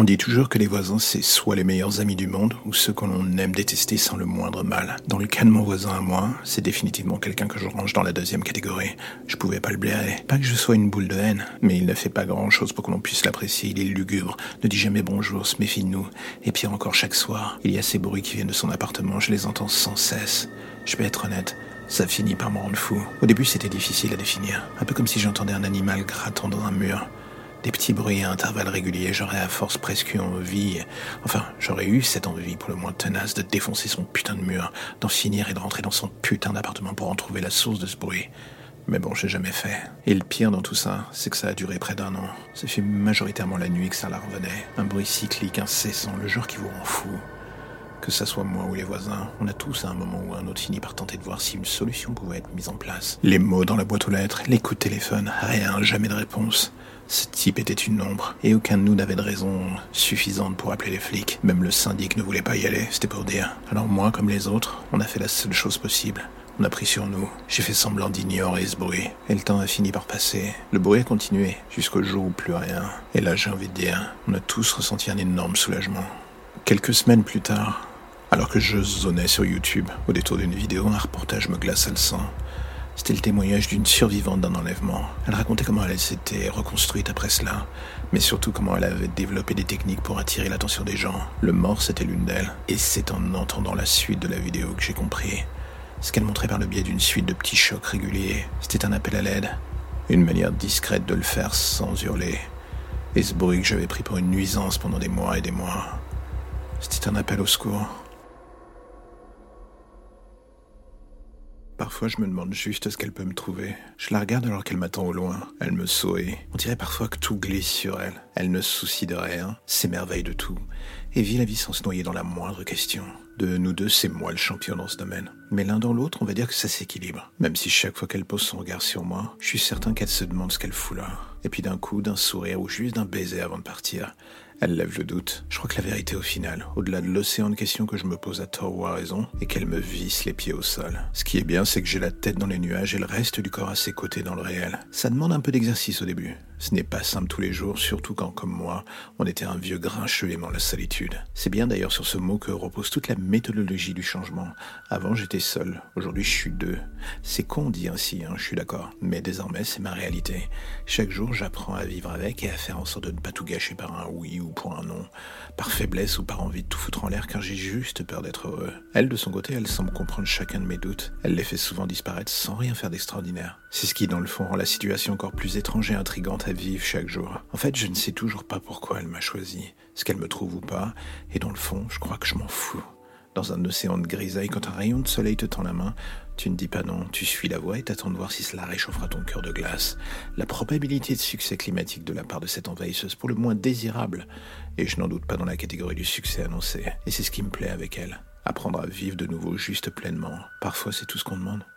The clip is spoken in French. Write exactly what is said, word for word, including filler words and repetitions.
On dit toujours que les voisins, c'est soit les meilleurs amis du monde, ou ceux que l'on aime détester sans le moindre mal. Dans le cas de mon voisin à moi, c'est définitivement quelqu'un que je range dans la deuxième catégorie. Je pouvais pas le blairer. Pas que je sois une boule de haine, mais il ne fait pas grand chose pour que l'on puisse l'apprécier. Il est lugubre, ne dit jamais bonjour, se méfie de nous. Et pire encore, chaque soir, il y a ces bruits qui viennent de son appartement, je les entends sans cesse. Je vais être honnête, ça finit par me rendre fou. Au début, c'était difficile à définir. Un peu comme si j'entendais un animal grattant dans un mur. Des petits bruits à intervalles réguliers, j'aurais à force presque eu envie, enfin, j'aurais eu cette envie pour le moins tenace de défoncer son putain de mur, d'en finir et de rentrer dans son putain d'appartement pour en trouver la source de ce bruit. Mais bon, j'ai jamais fait. Et le pire dans tout ça, c'est que ça a duré près d'un an. Ça fait majoritairement la nuit que ça la revenait. Un bruit cyclique, incessant, le genre qui vous rend fou. Que ça soit moi ou les voisins, on a tous à un moment ou un autre fini par tenter de voir si une solution pouvait être mise en place. Les mots dans la boîte aux lettres, les coups de téléphone, rien, jamais de réponse. Ce type était une ombre, et aucun de nous n'avait de raison suffisante pour appeler les flics. Même le syndic ne voulait pas y aller, c'était pour dire. Alors moi, comme les autres, on a fait la seule chose possible. On a pris sur nous. J'ai fait semblant d'ignorer ce bruit. Et le temps a fini par passer. Le bruit a continué, jusqu'au jour où plus rien. Et là, j'ai envie de dire, on a tous ressenti un énorme soulagement. Quelques semaines plus tard, alors que je zonais sur YouTube, au détour d'une vidéo, un reportage me glaça le sang. C'était le témoignage d'une survivante d'un enlèvement. Elle racontait comment elle s'était reconstruite après cela, mais surtout comment elle avait développé des techniques pour attirer l'attention des gens. Le mort, c'était l'une d'elles, et c'est en entendant la suite de la vidéo que j'ai compris. Ce qu'elle montrait par le biais d'une suite de petits chocs réguliers, c'était un appel à l'aide, une manière discrète de le faire sans hurler. Et ce bruit que j'avais pris pour une nuisance pendant des mois et des mois, c'était un appel au secours. Parfois, je me demande juste ce qu'elle peut me trouver. Je la regarde alors qu'elle m'attend au loin. Elle me sourit. On dirait parfois que tout glisse sur elle. Elle ne se soucie de rien, s'émerveille de tout, et vit la vie sans se noyer dans la moindre question. De nous deux, c'est moi le champion dans ce domaine. Mais l'un dans l'autre, on va dire que ça s'équilibre. Même si chaque fois qu'elle pose son regard sur moi, je suis certain qu'elle se demande ce qu'elle fout là. Et puis d'un coup, d'un sourire ou juste d'un baiser avant de partir, elle lève le doute. Je crois que la vérité au final, au-delà de l'océan de questions que je me pose à tort ou à raison, est qu'elle me visse les pieds au sol. Ce qui est bien, c'est que j'ai la tête dans les nuages et le reste du corps à ses côtés dans le réel. Ça demande un peu d'exercice au début. Ce n'est pas simple tous les jours, surtout quand, comme moi, on était un vieux grincheux aimant la solitude. C'est bien d'ailleurs sur ce mot que repose toute la méthodologie du changement. Avant, j'étais seul. Aujourd'hui, je suis deux. C'est con dit ainsi, hein, je suis d'accord. Mais désormais, c'est ma réalité. Chaque jour, j'apprends à vivre avec et à faire en sorte de ne pas tout gâcher par un oui ou pour un non, par faiblesse ou par envie de tout foutre en l'air car j'ai juste peur d'être heureux. Elle, de son côté, elle semble comprendre chacun de mes doutes. Elle les fait souvent disparaître sans rien faire d'extraordinaire. C'est ce qui, dans le fond, rend la situation encore plus étrange et intrigante à vivre chaque jour. En fait, je ne sais toujours pas pourquoi elle m'a choisi, ce qu'elle me trouve ou pas, et dans le fond, je crois que je m'en fous. Dans un océan de grisaille, quand un rayon de soleil te tend la main, tu ne dis pas non, tu suis la voie et t'attends de voir si cela réchauffera ton cœur de glace. La probabilité de succès climatique de la part de cette envahisseuse, pour le moins désirable, et je n'en doute pas dans la catégorie du succès annoncé. Et c'est ce qui me plaît avec elle, apprendre à vivre de nouveau juste pleinement. Parfois c'est tout ce qu'on demande.